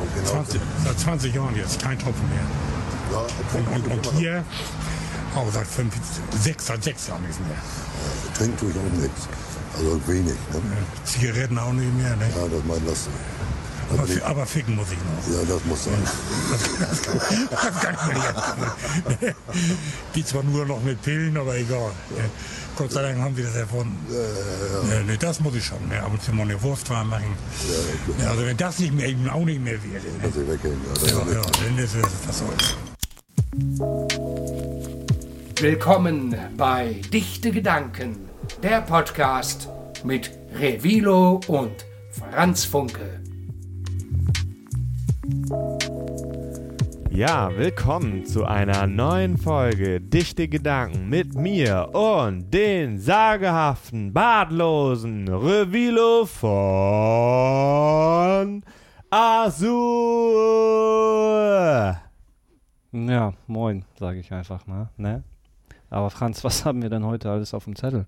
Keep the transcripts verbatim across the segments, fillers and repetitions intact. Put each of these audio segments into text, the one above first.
genau. zwanzig, seit zwanzig Jahren jetzt, kein Tropfen mehr. Ja, Und, und, und hier auch seit fünf, sechs, seit sechs Jahren nichts mehr. Ja, trinken tue ich auch nichts. Also wenig. Ne? Ja, Zigaretten auch nicht mehr. Ne? Ja, das mein das. Aber, ich, aber ficken muss ich noch. ja, das muss sein. Das, das, kann, das kann ich mir nicht. Geht zwar nur noch mit Pillen, aber egal. Ja. Gott sei Dank haben sie das erfunden. Ja, ja, ja. Ne, das muss ich schon. Ne? Ab und zu mal eine Wurst warm machen. Ja, ja, also wenn das nicht mehr, eben auch nicht mehr wird. Ne? Muss ich weghängen. Ja, ja, ja, dann ist es was soll's. Willkommen bei Dichte Gedanken, der Podcast mit Revilo und Franz Funke. Ja, willkommen zu einer neuen Folge Dichte Gedanken mit mir und den sagehaften, bartlosen Revilo von Azur. Ja, moin, sage ich einfach mal, ne? Aber Franz, was haben wir denn heute alles auf dem Zettel?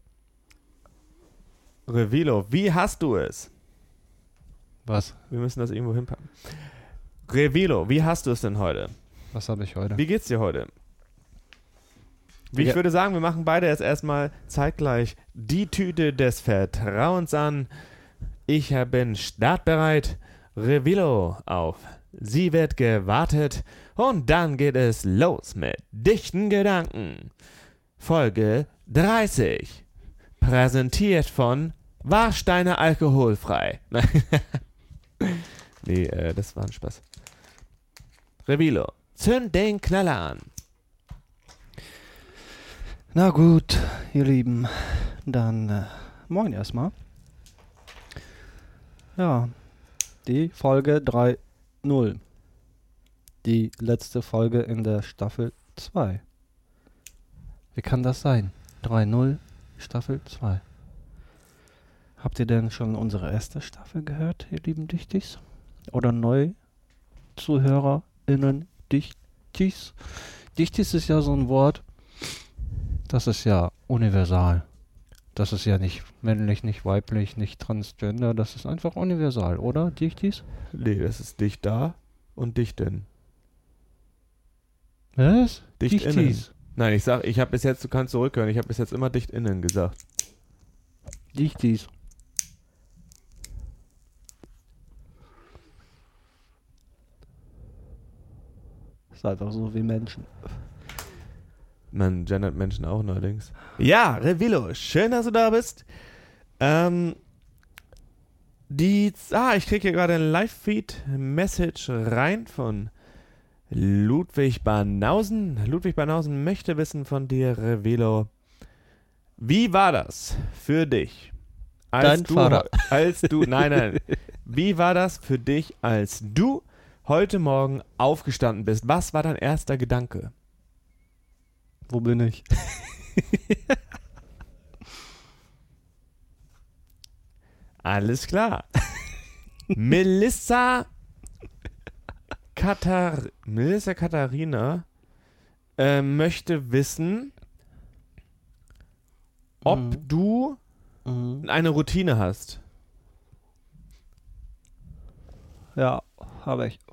Revilo, wie hast du es? Was? Wir müssen das irgendwo hinpacken. Revilo, wie hast du es denn heute? Was habe ich heute? Wie geht's dir heute? Wie Ja. Ich würde sagen, wir machen beide jetzt erstmal zeitgleich die Tüte des Vertrauens an. Ich bin startbereit. Revilo auf. Sie wird gewartet. Und dann geht es los mit dichten Gedanken. Folge dreißig. Präsentiert von Warsteiner alkoholfrei. nee, äh, das war ein Spaß. Revilo, zünd den Knaller an. Na gut, ihr Lieben, dann äh, moin erstmal. Ja, die Folge drei null. Die letzte Folge in der Staffel zwei. Wie kann das sein? drei null, Staffel zwei. Habt ihr denn schon unsere erste Staffel gehört, ihr lieben Dichtis? Oder neu ZuhörerInnen Dichtis? Dichtis ist ja so ein Wort, das ist ja universal. Das ist ja nicht männlich, nicht weiblich, nicht transgender, das ist einfach universal, oder, Dichtis? Nee, das ist dicht da und dichten. Was? Dicht innen. Nein, ich sag, ich habe bis jetzt, du kannst zurückhören, ich habe bis jetzt immer dicht innen gesagt. Dichtis. Ist einfach so wie Menschen. Man gendert Menschen auch neuerdings. Ja, Revilo, schön, dass du da bist. Ähm, die, ah, ich kriege hier gerade ein Live-Feed-Message rein von Ludwig Banausen. Ludwig Banausen möchte wissen von dir, Revilo, wie war das für dich? Als Dein du, Vater. Als du, nein, nein. Wie war das für dich, als du heute Morgen aufgestanden bist? Was war dein erster Gedanke? Wo bin ich? Alles klar. Melissa Katar Melissa Katharina äh, möchte wissen, ob Mhm. du Mhm. eine Routine hast. Ja, habe ich.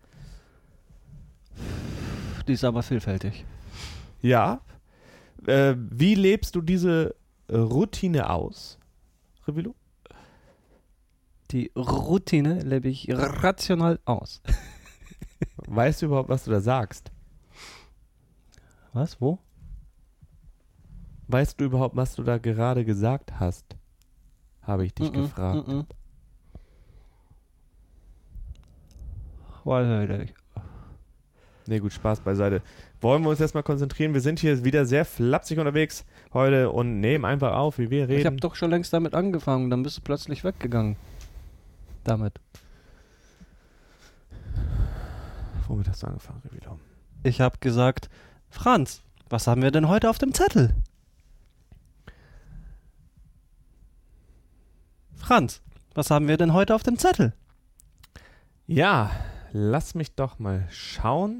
Die ist aber vielfältig. Ja. Äh, wie lebst du diese äh, Routine aus, Revilo? Die Routine lebe ich rational aus. Weißt du überhaupt, was du da sagst? Was? Wo? Weißt du überhaupt, was du da gerade gesagt hast? Habe ich dich Mm-mm, gefragt. mm-mm. Weiß ich nicht. Nee, gut, Spaß beiseite. Wollen wir uns erstmal konzentrieren? Wir sind hier wieder sehr flapsig unterwegs heute und nehmen einfach auf, wie wir reden. Ich habe doch schon längst damit angefangen, dann bist du plötzlich weggegangen. Damit. Womit hast du angefangen, Revilo? Ich habe gesagt, Franz, was haben wir denn heute auf dem Zettel? Franz, was haben wir denn heute auf dem Zettel? Ja, lass mich doch mal schauen.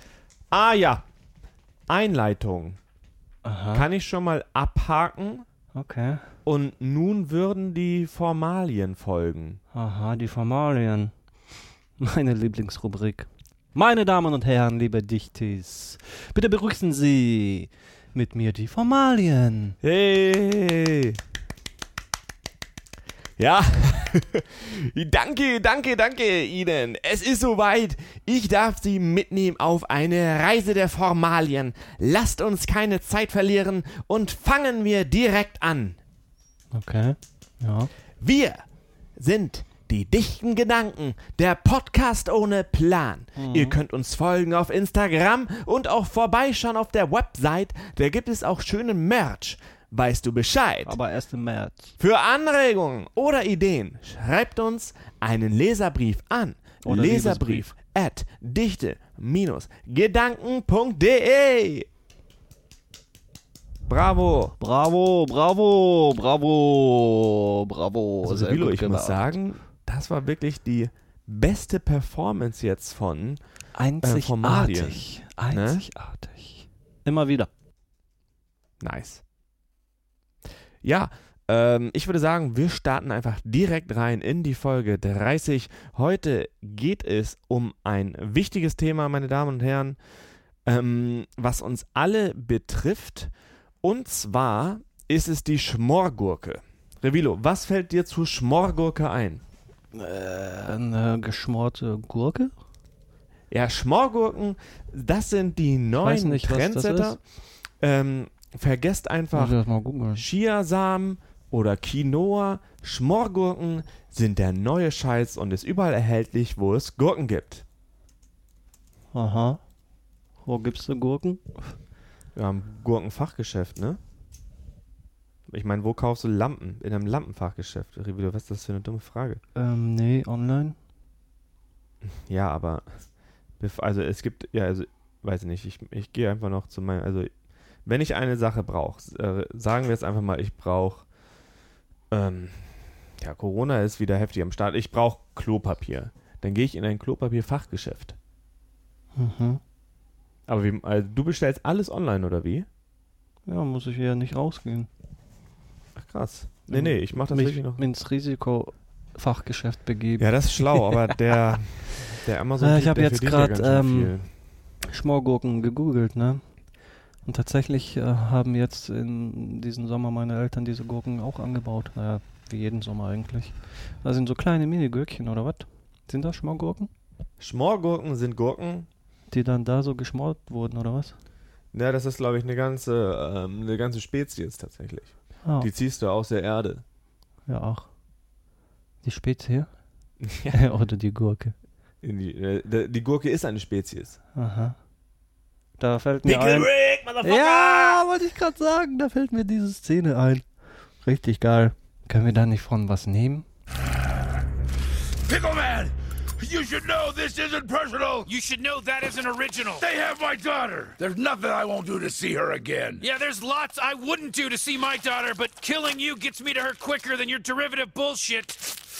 Ah ja, Einleitung. Aha. Kann ich schon mal abhaken. Okay. Und nun würden die Formalien folgen. Aha, die Formalien. Meine Lieblingsrubrik. Meine Damen und Herren, liebe Dichtis, bitte begrüßen Sie mit mir die Formalien. Hey! Ja, danke, danke, danke Ihnen. Es ist soweit. Ich darf Sie mitnehmen auf eine Reise der Formalien. Lasst uns keine Zeit verlieren und fangen wir direkt an. Okay, ja. Wir sind die dichten Gedanken, der Podcast ohne Plan. Mhm. Ihr könnt uns folgen auf Instagram und auch vorbeischauen auf der Website. Da gibt es auch schönen Merch. Weißt du Bescheid? Aber erst im März. Für Anregungen oder Ideen schreibt uns einen Leserbrief an. Oder Leserbrief at dichte Gedanken punkt de. Bravo. Bravo, bravo, bravo, bravo. Also Sehr Vilo, gut ich gemacht. muss sagen, das war wirklich die beste Performance jetzt von Einzigartig. Formalien, Einzigartig. Immer wieder. Nice. Ja, ähm, ich würde sagen, wir starten einfach direkt rein in die Folge dreißig. Heute geht es um ein wichtiges Thema, meine Damen und Herren, ähm, was uns alle betrifft. Und zwar ist es die Schmorgurke. Revilo, was fällt dir zu Schmorgurke ein? Äh, eine geschmorte Gurke? Ja, Schmorgurken, das sind die neuen nicht, was das Trendsetter. ist. Ähm, vergesst einfach Muss ich das mal googeln. Chiasamen oder Quinoa. Schmorgurken sind der neue Scheiß und ist überall erhältlich, wo es Gurken gibt. Aha. Wo gibt's denn Gurken? Wir haben Gurkenfachgeschäft, ne? Ich meine, wo kaufst du Lampen? In einem Lampenfachgeschäft. Revilo, was ist das für eine dumme Frage? Ähm, nee, online. Ja, aber bef- also es gibt, ja, also weiß ich nicht, ich, ich gehe einfach noch zu meinem, also wenn ich eine Sache brauche, äh, sagen wir jetzt einfach mal, ich brauche, ähm, ja, Corona ist wieder heftig am Start, ich brauche Klopapier. Dann gehe ich in ein Klopapierfachgeschäft. Mhm. Aber wie, also du bestellst alles online, oder wie? Ja, muss ich ja nicht rausgehen. Ach krass. Nee, nee, ich mache das Mich wirklich noch. ins Risikofachgeschäft begeben. Ja, das ist schlau, aber der, der Amazon Äh, ich hab der jetzt verdient ja grad, ganz schön ähm, Schmorgurken gegoogelt, ne? Und tatsächlich äh, haben jetzt in diesem Sommer meine Eltern diese Gurken auch angebaut. Naja, wie jeden Sommer eigentlich. Das sind so kleine Mini-Gürkchen, oder was? Sind das Schmorgurken? Schmorgurken sind Gurken. Die dann da so geschmort wurden, oder was? Ja, das ist, glaube ich, eine ganze, ähm, eine ganze Spezies tatsächlich. Ah, Die ziehst du aus der Erde. ja, auch. Die Spezie? Oder die Gurke? In die, äh, die Gurke ist eine Spezies. Aha. Da fällt mir Pickle ein... Rick, Motherfucker! Ja, wollte ich gerade sagen. Da fällt mir diese Szene ein. Richtig geil. Können wir da nicht von was nehmen? Pickle Man! You should know this isn't personal! You should know that isn't original. They have my daughter! There's nothing I won't do to see her again! Yeah, there's lots I wouldn't do to see my daughter, but killing you gets me to her quicker than your derivative bullshit.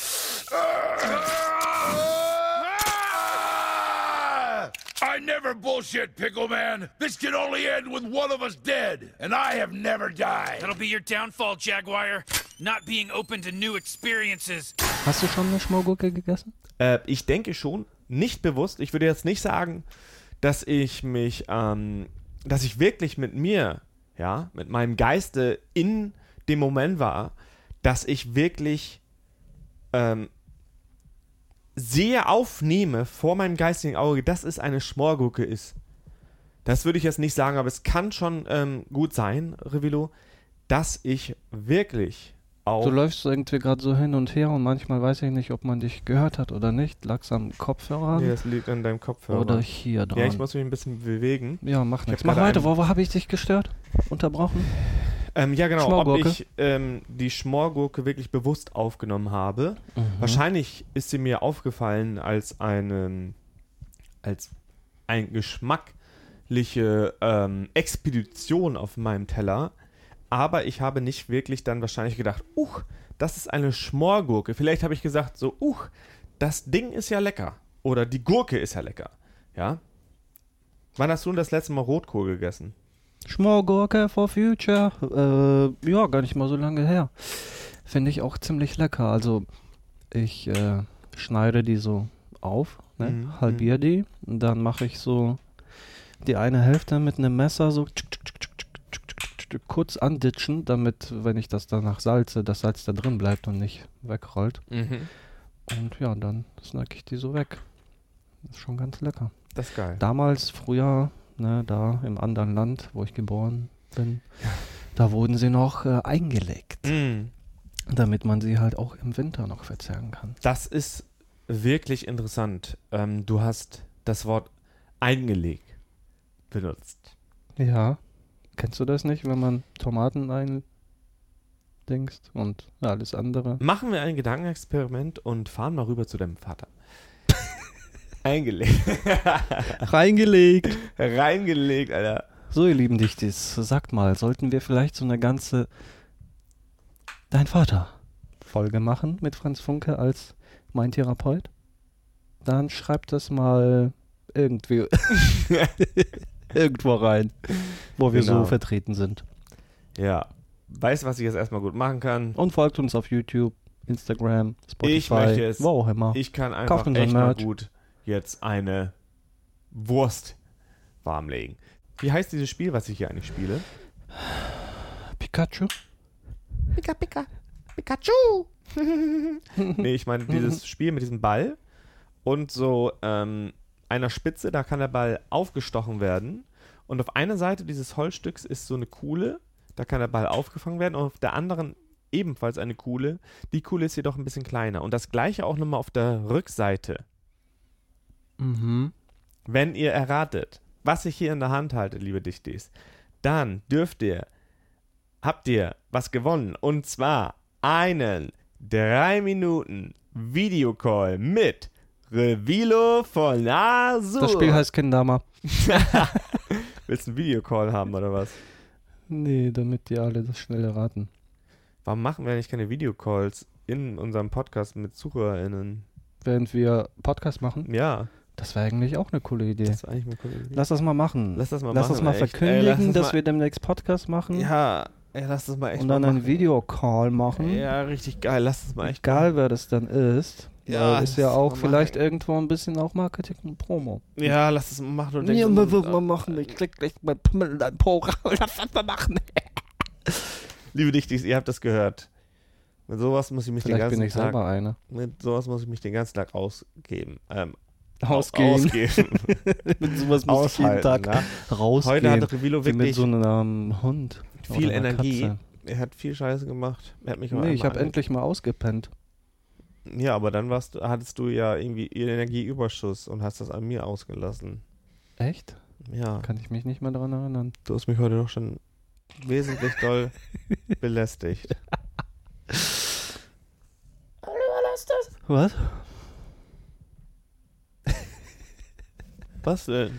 I never bullshit, Pickle Man! This can only end with one of us dead, and I have never died! That'll be your downfall, Jaguar. Not being open to new experiences. Hast du schon eine Schmorgurke gegessen? Äh, ich denke schon, nicht bewusst. Ich würde jetzt nicht sagen, dass ich mich, ähm, dass ich wirklich mit mir, ja, mit meinem Geiste in dem Moment war, dass ich wirklich ähm, sehr aufnehme vor meinem geistigen Auge, dass es eine Schmorgurke ist. Das würde ich jetzt nicht sagen, aber es kann schon ähm, gut sein, Revilo, dass ich wirklich auch... Du läufst irgendwie gerade so hin und her und manchmal weiß ich nicht, ob man dich gehört hat oder nicht. Lag's am Kopfhörer Nee, das liegt an deinem Kopfhörer. oder hier dran? Ja, ich muss mich ein bisschen bewegen. Ja, mach nichts. hab Mach gerade weiter. einen- Wo, wo habe ich dich gestört? Unterbrochen? Ähm, ja, genau, Schmorgurke. ob ich ähm, die Schmorgurke wirklich bewusst aufgenommen habe. Wahrscheinlich ist sie mir aufgefallen als eine, als eine geschmackliche ähm, Expedition auf meinem Teller. Aber ich habe nicht wirklich dann wahrscheinlich gedacht, uch, das ist eine Schmorgurke. Vielleicht habe ich gesagt so, uch, das Ding ist ja lecker. Oder die Gurke ist ja lecker. Ja? Wann hast du denn das letzte Mal Rotkohl gegessen? Schmorgurke for Future. Äh, ja, gar nicht mal so lange her. Finde ich auch ziemlich lecker. Also ich äh, schneide die so auf, ne? Mhm. halbiere die und dann mache ich so die eine Hälfte mit einem Messer so tsch, tsch, tsch, tsch, tsch, tsch, kurz anditschen, damit, wenn ich das danach salze, das Salz da drin bleibt und nicht wegrollt. Mhm. Und ja, dann snack ich die so weg. Das ist schon ganz lecker. Das ist geil. Damals, früher, ne, da im anderen Land, wo ich geboren bin, da wurden sie noch äh, eingelegt, Mhm. damit man sie halt auch im Winter noch verzehren kann. Das ist wirklich interessant. Ähm, du hast das Wort eingelegt benutzt. Ja, kennst du das nicht, wenn man Tomaten eindenkst und alles andere? Machen wir ein Gedankenexperiment und fahren mal rüber zu deinem Vater. Eingelegt. Reingelegt! Reingelegt, Alter. So, ihr lieben Dichtis, sagt mal, sollten wir vielleicht so eine ganze Dein Vater Folge machen mit Franz Funke als mein Therapeut? Dann schreibt das mal irgendwie irgendwo rein, wo wir Genau. so vertreten sind. Ja. Weißt du, was ich jetzt erstmal gut machen kann? Und folgt uns auf YouTube, Instagram, Spotify, Ich möchte es. wo auch immer. Ich kann Kauft einfach unseren echt mal Merch. gut jetzt eine Wurst warmlegen. Wie heißt dieses Spiel, was ich hier eigentlich spiele? Pikachu? Pika, Pika, Pikachu. Nee, ich meine dieses Spiel mit diesem Ball und so ähm, einer Spitze, da kann der Ball aufgestochen werden und auf einer Seite dieses Holzstücks ist so eine Kuhle, da kann der Ball aufgefangen werden und auf der anderen ebenfalls eine Kuhle. Die Kuhle ist jedoch ein bisschen kleiner und das gleiche auch nochmal auf der Rückseite. Mhm. Wenn ihr erratet, was ich hier in der Hand halte, liebe Dichtis, dann dürft ihr, habt ihr was gewonnen und zwar einen drei Minuten Videocall mit Revilo von Azur. Das Spiel heißt Kendama. Willst du einen Videocall haben oder was? Nee, damit die alle das schnell erraten. Warum machen wir eigentlich keine Videocalls in unserem Podcast mit ZuhörerInnen? Während wir Podcast machen, Ja, das wäre eigentlich auch eine coole Idee. das war eigentlich eine coole Idee. Lass das mal machen. Lass das mal Lass machen. das mal echt. verkündigen, Ey, lass das dass mal, wir demnächst Podcast machen Ja, ey, lass das mal echt und dann mal einen machen. Videocall machen. Ja, richtig geil. Lass das mal echt Egal, wer das dann ist. Ja, weil ist ja das auch mal vielleicht machen. irgendwo ein bisschen auch Marketing und Promo. Ja, lass das mal machen. Und Nee, denkst, wir du, würden mal machen. Ich klick gleich mein Pimmel in dein Po raus. Lass das mal machen. Liebe Dichtis, ihr habt das gehört. Mit sowas muss ich mich den Vielleicht ganzen bin ich Tag. selber einer. Mit sowas muss ich mich den ganzen Tag ausgeben. Ähm, Ausgehen. Ausgeben. Mit sowas muss ich jeden Aushalten, Tag ja. rausgehen. Heute hatte Revilo wie mit wirklich so einem Hund. viel oder einer Energie. Katze. Er hat viel Scheiße gemacht. Er hat mich aber Nee, ich einmal habe ange- endlich mal ausgepennt. Ja, aber dann warst, du- hattest du ja irgendwie Energieüberschuss und hast das an mir ausgelassen. Echt? Ja, Kann ich mich nicht mehr daran erinnern. du hast mich heute doch schon wesentlich doll belästigt. Was? Was denn?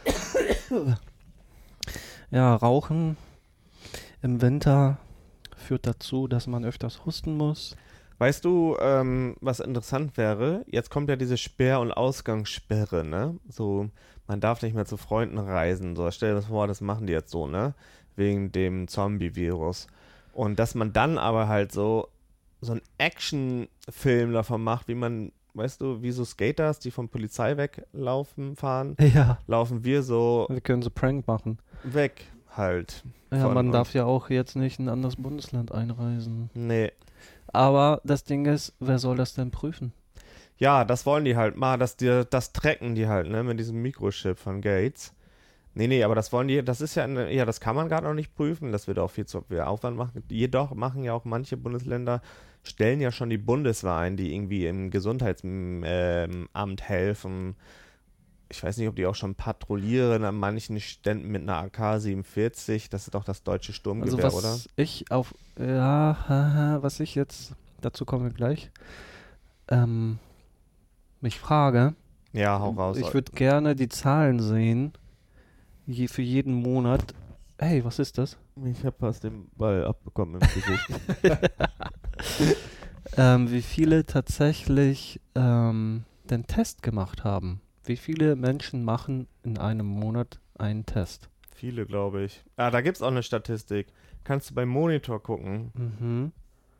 Ja, Rauchen im Winter führt dazu, dass man öfters husten muss. Weißt du, ähm, was interessant wäre? Jetzt kommt ja diese Sperr- und Ausgangssperre, ne? So, man darf nicht mehr zu Freunden reisen. So, stell dir das vor, das machen die jetzt so, ne? Wegen dem Zombie-Virus. Und dass man dann aber halt so, so einen Actionfilm davon macht, wie man, weißt du, wie so Skaters, die von Polizei weglaufen, fahren, Ja, laufen wir so wir können so Prank machen. weg halt. Ja, Von man uns. darf ja auch jetzt nicht in ein anderes Bundesland einreisen. Nee. Aber das Ding ist, wer soll das denn prüfen? Ja, das wollen die halt mal, dass die, das tracken die halt, ne, mit diesem Mikrochip von Gates. Nee, nee, aber das wollen die, das ist ja, eine, ja, das kann man gerade noch nicht prüfen, das wird auch viel zu viel Aufwand machen. Jedoch machen ja auch manche Bundesländer, stellen ja schon die Bundeswehr ein, die irgendwie im Gesundheitsamt ähm, Amt helfen. Ich weiß nicht, ob die auch schon patrouillieren an manchen Ständen mit einer A K siebenundvierzig, das ist doch das deutsche Also Sturmgewehr, was oder? ich auf, ja, haha, was ich jetzt, dazu kommen wir gleich, ähm, mich frage, Ja, hau raus. ich würde gerne die Zahlen sehen, je, für jeden Monat. Hey, was ist das? Ich habe fast den Ball abbekommen im Gesicht. Ähm, wie viele tatsächlich ähm, den Test gemacht haben. Wie viele Menschen machen in einem Monat einen Test? viele, glaube ich. Ah, da gibt's auch eine Statistik. Kannst du beim Monitor gucken. Mhm.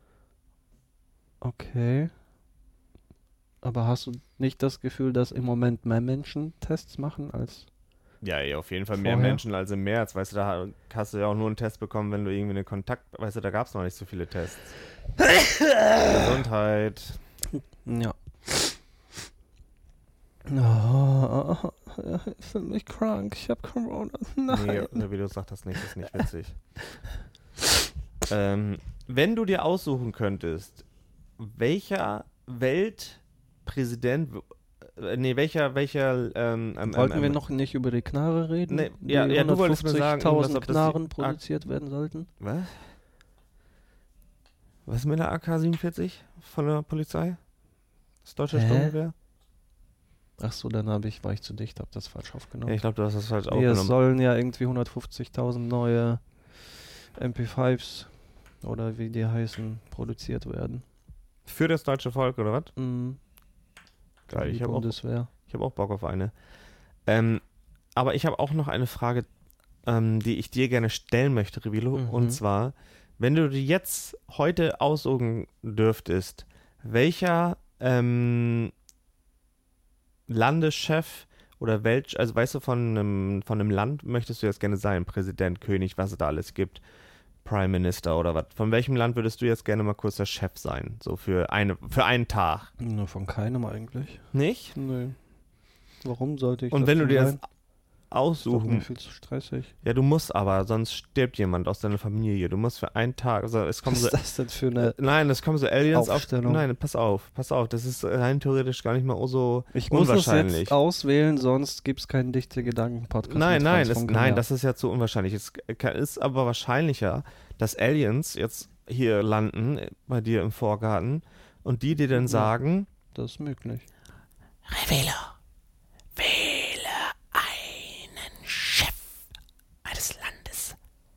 Okay. Aber hast du nicht das Gefühl, dass im Moment mehr Menschen Tests machen als... Ja, ey, auf jeden Fall mehr Vorher? Menschen als im März. Weißt du, da hast du ja auch nur einen Test bekommen, wenn du irgendwie einen Kontakt... Weißt du, da gab's noch nicht so viele Tests. Gesundheit. Ja. Oh, ich fühle mich krank. Ich habe Corona. Nein. Nee, wie du sagst, das nicht, das ist nicht witzig. ähm, wenn du dir aussuchen könntest, welcher Weltpräsident, äh, nee, welcher, welcher, ähm, ähm, Wollten ähm, wir noch nicht über die Knarre reden? Nee, die ja, ja, du wolltest mir sagen, irgendwas, hundertfünfzigtausend ob das die Knarren A- produziert werden sollten. Was? Was ist mit der A K siebenundvierzig von der Polizei? Das deutsche Hä? Sturmgewehr? Ach so, dann hab ich, war ich zu dicht, hab das falsch aufgenommen. Ja, ich glaube, du hast das falsch Nee, es aufgenommen. sollen ja irgendwie hundertfünfzigtausend neue M P fünfs oder wie die heißen, produziert werden. Für das deutsche Volk, oder was? Mhm. Geil, Die ich habe auch, Bundeswehr. ich hab auch Bock auf eine. Ähm, aber ich habe auch noch eine Frage, ähm, die ich dir gerne stellen möchte, Revilo. Mhm. Und zwar, wenn du dir jetzt heute aussuchen dürftest, welcher ähm, Landeschef oder welch, also weißt du, von einem, von einem Land möchtest du jetzt gerne sein? Präsident, König, was es da alles gibt. Prime Minister oder was? Von welchem Land würdest du jetzt gerne mal kurz der Chef sein? So für eine, für einen Tag. Nur von keinem eigentlich. Nicht? Nee. Warum sollte ich Und das wenn du denn dir das sein? Ist doch aussuchen. mir viel zu stressig. Ja, du musst aber, sonst stirbt jemand aus deiner Familie. Du musst für einen Tag, also es kommen Was so, ist das denn für eine... nein, es kommen so Aliens auf. Aufstellung? Nein, pass auf, pass auf, das ist rein theoretisch gar nicht mal so Ich muss das unwahrscheinlich. jetzt auswählen, sonst gibt es keinen dichte Gedanken-Podcast. Nein, mit nein, Franz das, von nein, Gemer. das ist ja zu unwahrscheinlich. Es kann- ist aber wahrscheinlicher, dass Aliens jetzt hier landen äh, bei dir im Vorgarten und die dir dann Ja. sagen, Das ist möglich. Revelo, wähle einen Chef eines Landes.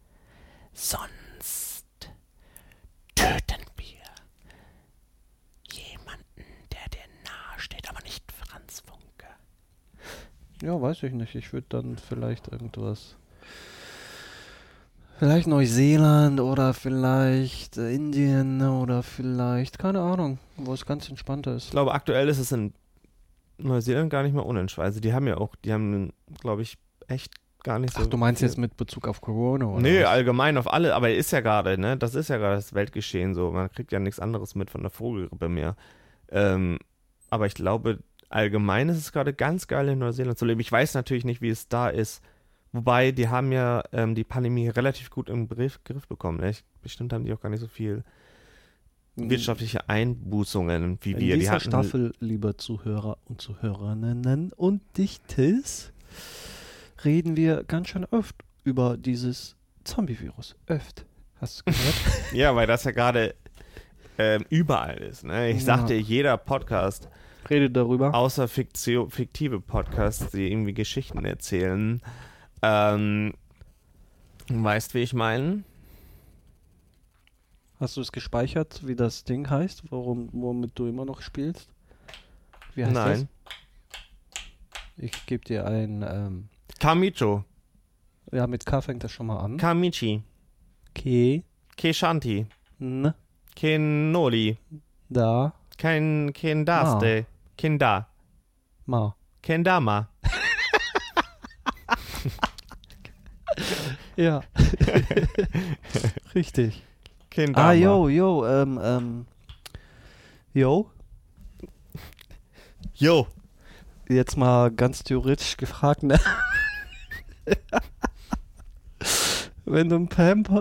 Sonst töten wir jemanden, der dir nahe steht, aber nicht Franz Funke. Ja, weiß ich nicht. Ich würde dann vielleicht irgendwas... Vielleicht Neuseeland oder vielleicht äh, Indien oder vielleicht, keine Ahnung, wo es ganz entspannt ich ist. glaube, aktuell ist es in Neuseeland gar nicht mehr unentscheidend. Also die haben ja auch, die haben, glaube ich, echt gar nicht so... Ach, du meinst viel- jetzt mit Bezug auf Corona, oder? Nee, was? allgemein auf alle, aber ist ja gerade, ne? Das ist ja gerade das Weltgeschehen so. Man kriegt ja nichts anderes mit von der Vogelgrippe mehr. Ähm, aber ich glaube, allgemein ist es gerade ganz geil, in Neuseeland zu leben. Ich weiß natürlich nicht, wie es da ist. Wobei, die haben ja ähm, die Pandemie relativ gut im Griff, Griff bekommen. Ne? Ich, bestimmt haben die auch gar nicht so viel wirtschaftliche Einbußungen wie In wir. Die dieser hatten, Staffel, liebe Zuhörer und Zuhörerinnen und Dichtes, reden wir ganz schön oft über dieses Zombie-Virus. Öft. Hast du gehört? Ja, weil das ja gerade ähm, überall ist. Ne? Ich Ja. sagte, jeder Podcast, Redet darüber. außer Fiktio, fiktive Podcasts, die irgendwie Geschichten erzählen, ähm, weißt, wie ich meine? Hast du es gespeichert, wie das Ding heißt, worum, womit du immer noch spielst? Wie heißt Nein. das? Ich gebe dir ein, ähm, Kamicho, ja, mit K fängt das schon mal an. Kamichi, Ke, Keshanti, N, Kenoli, Da, Ken Kendaste, Kenda, Ma. Kendama. Ja. Richtig. Kendama. Ah, yo, yo, ähm, ähm, yo, Jo. jetzt mal ganz theoretisch gefragt, ne? Wenn du ein Pamper,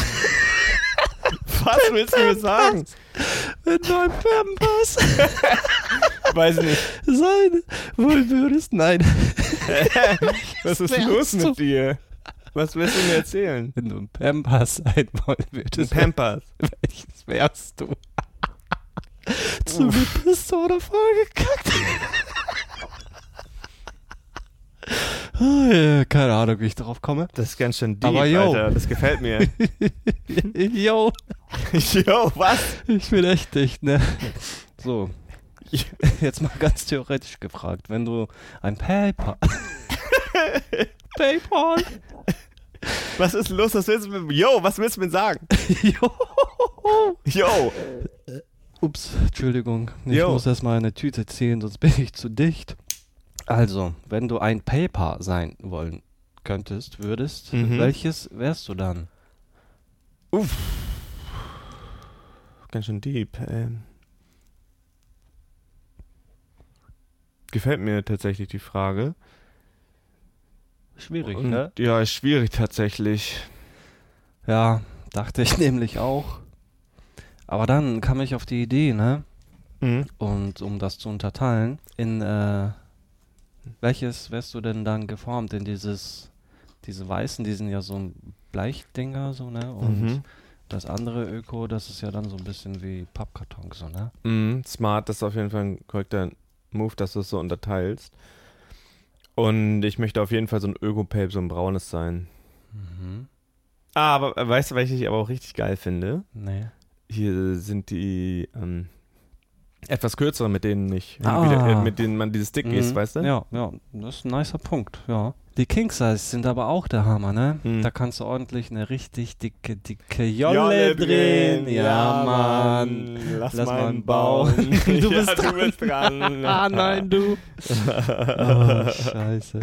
Was willst du mir sagen? wenn du ein Pampers Weiß nicht. sein wollen würdest, nein. Was ist wärst los du? mit dir? Was willst du mir erzählen? Wenn du ein Pampers sein wollen Ein würdest, Pampers. welches wärst du? Zu mir bist du oder vollgekackt? Oh, ja, keine Ahnung, wie ich darauf komme. Das ist ganz schön deep, Aber yo. Alter. Das gefällt mir. Yo, Jo, was? ich bin echt dicht, ne? So, jetzt mal ganz theoretisch gefragt, wenn du ein PayPal... PayPal... Was ist los? Was willst du mir... Yo, was willst du mir sagen? Yo. Ups, Entschuldigung. Ich Jo. muss erstmal eine Tüte ziehen, sonst bin ich zu dicht. Also, wenn du ein Paper sein wollen könntest, würdest, Mhm. welches wärst du dann? Uff. Ganz schön deep. Ähm. Gefällt mir tatsächlich die Frage. Schwierig, Und, ne? ja, ist schwierig tatsächlich. Ja, dachte ich nämlich auch. Aber dann kam ich auf die Idee, ne? Mhm. Und um das zu unterteilen, in äh, welches wärst du denn dann geformt? In dieses, diese weißen, die sind ja so ein Bleichdinger, so, ne? Und Mhm. das andere Öko, das ist ja dann so ein bisschen wie Pappkarton, so, ne? Mhm. Smart, das ist auf jeden Fall ein korrekter Move, dass du es so unterteilst. Und ich möchte auf jeden Fall so ein Öko-Pape, so ein braunes sein. Mhm. Ah, aber äh, weißt du, welches ich aber auch richtig geil finde? Nee. Hier sind die ähm, etwas kürzere, mit denen ich Ah. wieder, äh, mit denen man dieses Stick Mhm. isst, weißt du? Ja, ja, das ist ein nicer Punkt, ja. Die King-Size sind aber auch der Hammer, ne? Mhm. Da kannst du ordentlich eine richtig dicke, dicke Jolle drehen. Ja, Mann. Lass, Lass mal mal einen bauen. Du ja, bist du bist dran. Ah, nein, du. Oh, scheiße.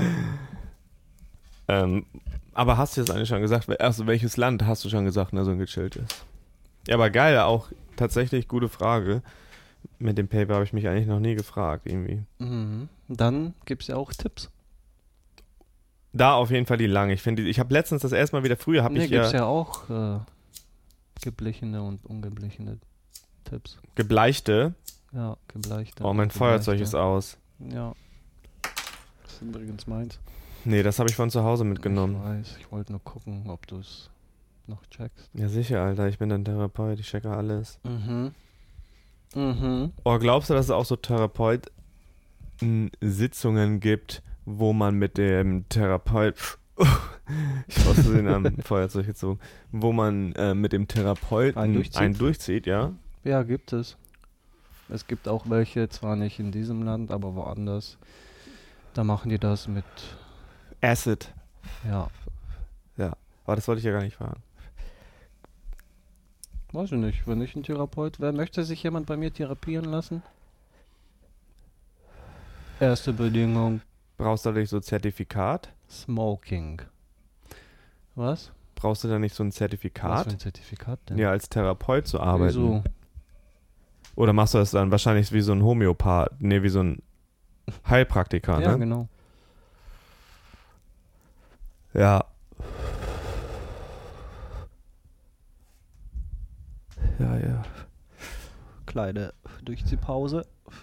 ähm, aber hast du jetzt eigentlich schon gesagt, also welches Land hast du schon gesagt, ne, so ein gechilltes? Ja, aber geil, auch tatsächlich gute Frage. Mit dem Paper habe ich mich eigentlich noch nie gefragt, irgendwie. Mhm. Dann gibt es ja auch Tipps. Da auf jeden Fall die lange. Ich finde, ich habe letztens das erste Mal wieder, früher habe Nee, ich gibt ja, es ja auch äh, geblichene und ungeblichene Tipps. gebleichte. Ja, gebleichte. Oh, mein und Feuerzeug ist gebleichte. aus. Ja. Das ist übrigens meins. Nee, das habe ich von zu Hause mitgenommen. Ich weiß, ich wollte nur gucken, ob du es noch checkst. Ja, sicher, Alter. Ich bin ein Therapeut. Ich checke alles. Mhm. Mhm. Oh, glaubst du, dass es auch so Therapeuten-Sitzungen gibt, wo man mit dem Therapeut... ich wusste den am Feuerzeug gezogen. Wo man äh, mit dem Therapeuten Einen durchzieht? einen durchzieht, ja? Ja, gibt es. Es gibt auch welche, zwar nicht in diesem Land, aber woanders. Da machen die das mit, Acid. ja, Aber das wollte ich ja gar nicht fragen. weiß ich nicht, wenn ich ein Therapeut wäre, möchte sich jemand bei mir therapieren lassen? Erste Bedingung, Brauchst du da nicht so ein Zertifikat? Smoking. Was? Brauchst du da nicht so ein Was für Zertifikat? ein Zertifikat denn? Ja, als Therapeut zu arbeiten. Wieso? Oder machst du das dann wahrscheinlich wie so ein Homöopath? Nee, wie so ein Heilpraktiker, Ja, ne? genau. Ja. Ja, ja. Kleine Durchziehpause.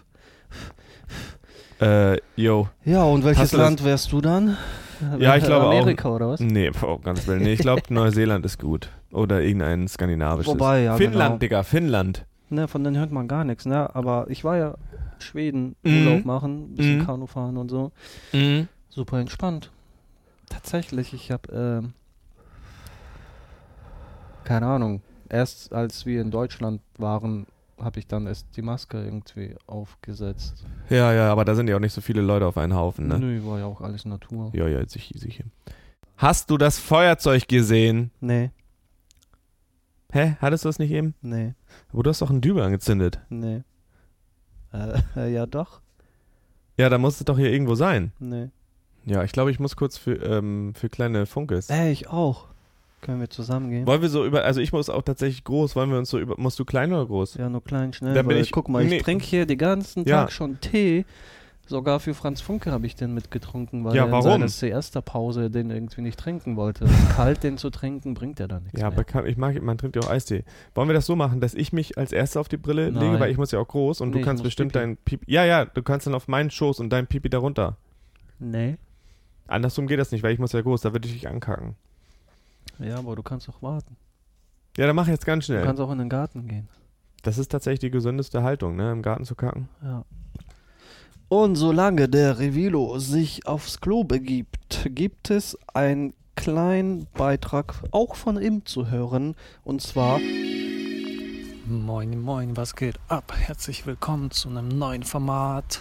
Äh, yo. Ja, und welches Hast du das- Land wärst du dann? Ja, ich glaube auch- Amerika oder was? Nee, oh, ganz willen. Nee, ich glaube, Neuseeland ist gut. Oder irgendein skandinavisches. Wobei, ja, Finnland, genau. Digga, Finnland. Ne, von denen hört man gar nichts, ne? Aber ich war ja in Schweden, Mhm. Urlaub machen, bisschen Mhm. Kanu fahren und so. Mhm. Super entspannt. Tatsächlich, ich habe, ähm, keine Ahnung, erst als wir in Deutschland waren, habe ich dann erst die Maske irgendwie aufgesetzt. Ja, ja, aber da sind ja auch nicht so viele Leute auf einen Haufen, ne? Nö, war ja auch alles Natur. Ja, ja, sicher, sicher. Hast du das Feuerzeug gesehen? Nee, Hä? Hattest du das nicht eben? nee, Aber du hast doch einen Dübel angezündet. nee. Äh, ja doch, Ja, da muss es doch hier irgendwo sein. nee. Ja, ich glaube, ich muss kurz für, ähm, für kleine Funkes. Ey, ich auch. Können wir zusammen gehen? Wollen wir so über, also ich muss auch tatsächlich groß, wollen wir uns so über, musst du klein oder groß? Ja, nur klein, schnell. Dann bin weil, ich- guck mal, ich nee. trinke hier den ganzen Ja. Tag schon Tee. Sogar für Franz Funke habe ich den mitgetrunken, weil Ja, er in warum? seiner Siesta-Pause den irgendwie nicht trinken wollte. Kalt den zu trinken, bringt er dann nichts Ja, mehr. aber kann, ich mag, man trinkt ja auch Eistee. Wollen wir das so machen, dass ich mich als Erster auf die Brille Nein. lege, weil ich muss ja auch groß und Nee, du ich kannst muss bestimmt Pipi. dein Pipi. Ja, ja, du kannst dann auf meinen Schoß und dein Pipi darunter. Nee. Andersrum geht das nicht, weil ich muss ja groß, da würde ich dich ankacken. Ja, aber du kannst auch warten. Ja, dann mach ich jetzt ganz Du schnell. kannst auch in den Garten gehen. Das ist tatsächlich die gesündeste Haltung, ne, im Garten zu kacken. Ja. Und solange der Revilo sich aufs Klo begibt, gibt es einen kleinen Beitrag auch von ihm zu hören. Und zwar... Moin, moin, was geht ab? Herzlich willkommen zu einem neuen Format.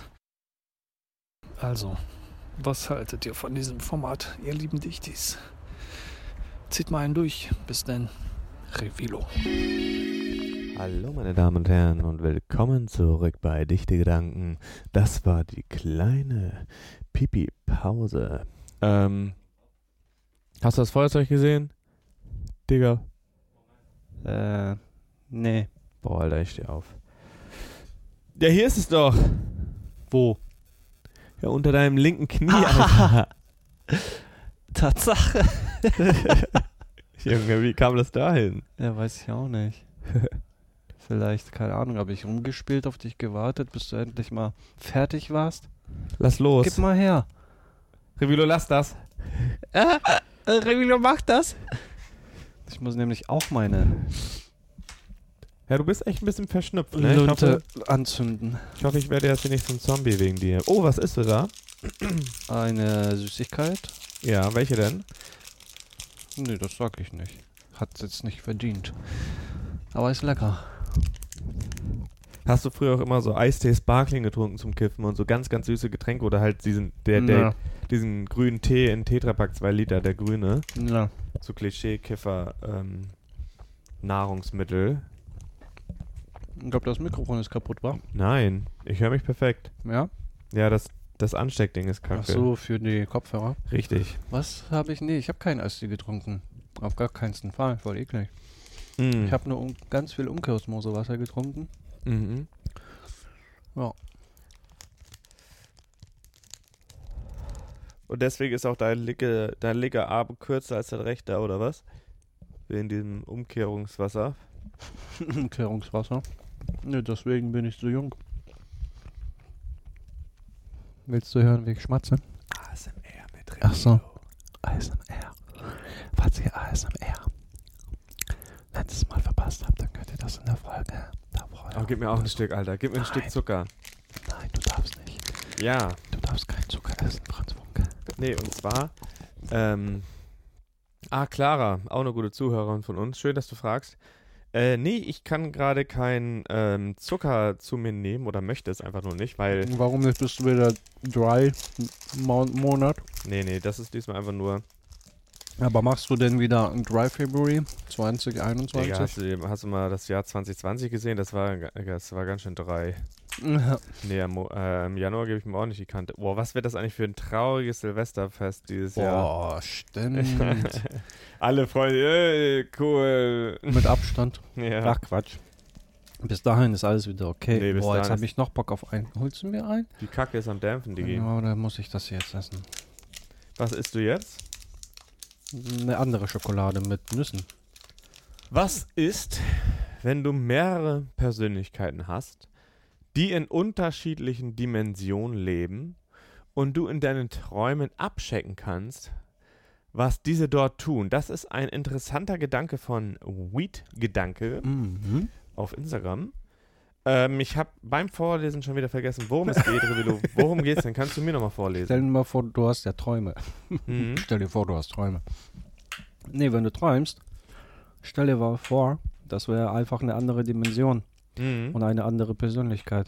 Also, was haltet ihr von diesem Format, ihr lieben Dichtis? Zieht mal einen durch. Bis dann. Revilo. Hallo meine Damen und Herren und willkommen zurück bei Dichte Gedanken. Das war die kleine Pipi-Pause. Ähm, hast du das Feuerzeug gesehen? Digga. Äh, nee. Boah, Alter, ich steh auf. Ja, hier ist es doch. Wo? Ja, unter deinem linken Knie, Alter. Tatsache. Junge, wie kam das dahin? Ja, weiß ich auch nicht. Vielleicht, keine Ahnung, habe ich rumgespielt, auf dich gewartet, bis du endlich mal fertig warst? Lass los. Gib mal her. Revilo, lass das. Äh, äh, Revilo, mach das. Ich muss nämlich auch meine Ja, du bist echt ein bisschen verschnupft, ne? Ich Lunte hoffe, anzünden. ich, hoffe, ich werde jetzt hier nicht so ein Zombie wegen dir. Oh, was isst du da? Eine Süßigkeit? Ja, welche denn? Nee, das sag ich nicht. Hat's jetzt nicht verdient. Aber ist lecker. Hast du früher auch immer so Eistee Sparkling getrunken zum Kiffen und so ganz, ganz süße Getränke oder halt diesen, der, der, Ja. diesen grünen Tee in Tetrapack zwei Liter, der grüne? Ja. So Klischee-Kiffer, ähm, Nahrungsmittel. Ich glaube, das Mikrofon ist kaputt, wa? Nein, ich höre mich perfekt. Ja? Ja, das, das Ansteckding ist kacke. Ach so, für die Kopfhörer. Richtig. Was habe ich? Nee, ich habe keinen Eistee getrunken. Auf gar keinen Fall, voll eklig. Mhm. Ich habe nur um, ganz viel Umkehrosmosewasser getrunken. Mhm. Ja. Und deswegen ist auch dein linker dein linker Arm kürzer als dein rechter, oder was? Wegen diesem Umkehrungswasser. Umkehrungswasser. Ne, deswegen bin ich so jung. Willst du hören, wie ich schmatze? A S M R mit Revilo. Ach so. A S M R. Falls ihr A S M R letztes Mal verpasst habt, dann könnt ihr das in der Folge da vorher. Oh, gib mir auch ein Stück, Alter. Gib mir ein Nein. Stück Zucker. Nein, du darfst nicht. Ja. Du darfst keinen Zucker essen, Franz Funke. Nee, und zwar, ähm, ah, Clara, auch eine gute Zuhörerin von uns. Schön, dass du fragst. Äh, nee, ich kann gerade keinen ähm, Zucker zu mir nehmen oder möchte es einfach nur nicht, weil, Warum nicht? Bist du wieder Dry Mo Monat? nee, nee, das ist diesmal einfach nur, Aber machst du denn wieder ein Dry February zwanzig einundzwanzig? Digga, hast du, hast du mal das Jahr zwanzig zwanzig gesehen? Das war, das war ganz schön drei. Ja. Nee, im, Mo- äh, im Januar gebe ich mir auch nicht die Kante. Boah, was wird das eigentlich für ein trauriges Silvesterfest dieses Jahr? Boah, stimmt. Alle Freunde, ey, cool. Mit Abstand. Ja. Ach, Quatsch. Bis dahin ist alles wieder okay. Nee, bis Boah, jetzt dahin habe ist- ich noch Bock auf einen. Holst du mir einen? Die Kacke ist am Dämpfen, Digi. Ja, oder muss ich das jetzt essen? Was isst du jetzt? Eine andere Schokolade mit Nüssen. Was ist, wenn du mehrere Persönlichkeiten hast, die in unterschiedlichen Dimensionen leben und du in deinen Träumen abchecken kannst, was diese dort tun? Das ist ein interessanter Gedanke von Weed-Gedanke Mhm. auf Instagram. Ähm, ich habe beim Vorlesen schon wieder vergessen, worum es geht, Revilo. Worum geht's denn? Kannst du mir nochmal Stell vorlesen? dir mal vor, du hast ja Träume. Mhm. Stell dir vor, du hast Träume. Nee, wenn du träumst, stell dir mal vor, das wäre einfach eine andere Dimension Mhm. und eine andere Persönlichkeit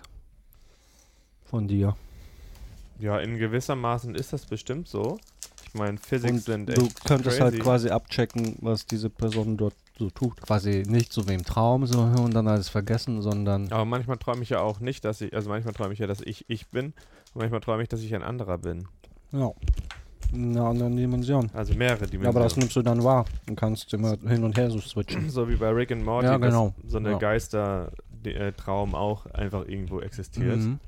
von dir. Ja, in gewissermaßen ist das bestimmt so. Ich meine, Physics Und sind du echt könntest crazy. halt quasi abchecken, was diese Person dort so tut. Quasi nicht so wie im Traum so und dann alles vergessen, sondern Aber manchmal träume ich ja auch nicht, dass ich, also manchmal träume ich ja, dass ich ich bin und manchmal träume ich, dass ich ein anderer bin. ja, in einer anderen Dimension. Also mehrere Ja, Dimensionen. aber das nimmst du dann wahr und kannst immer hin und her so switchen. So wie bei Rick and Morty, Ja, genau. dass so eine Ja. Geister-Traum auch einfach irgendwo existiert. Mhm.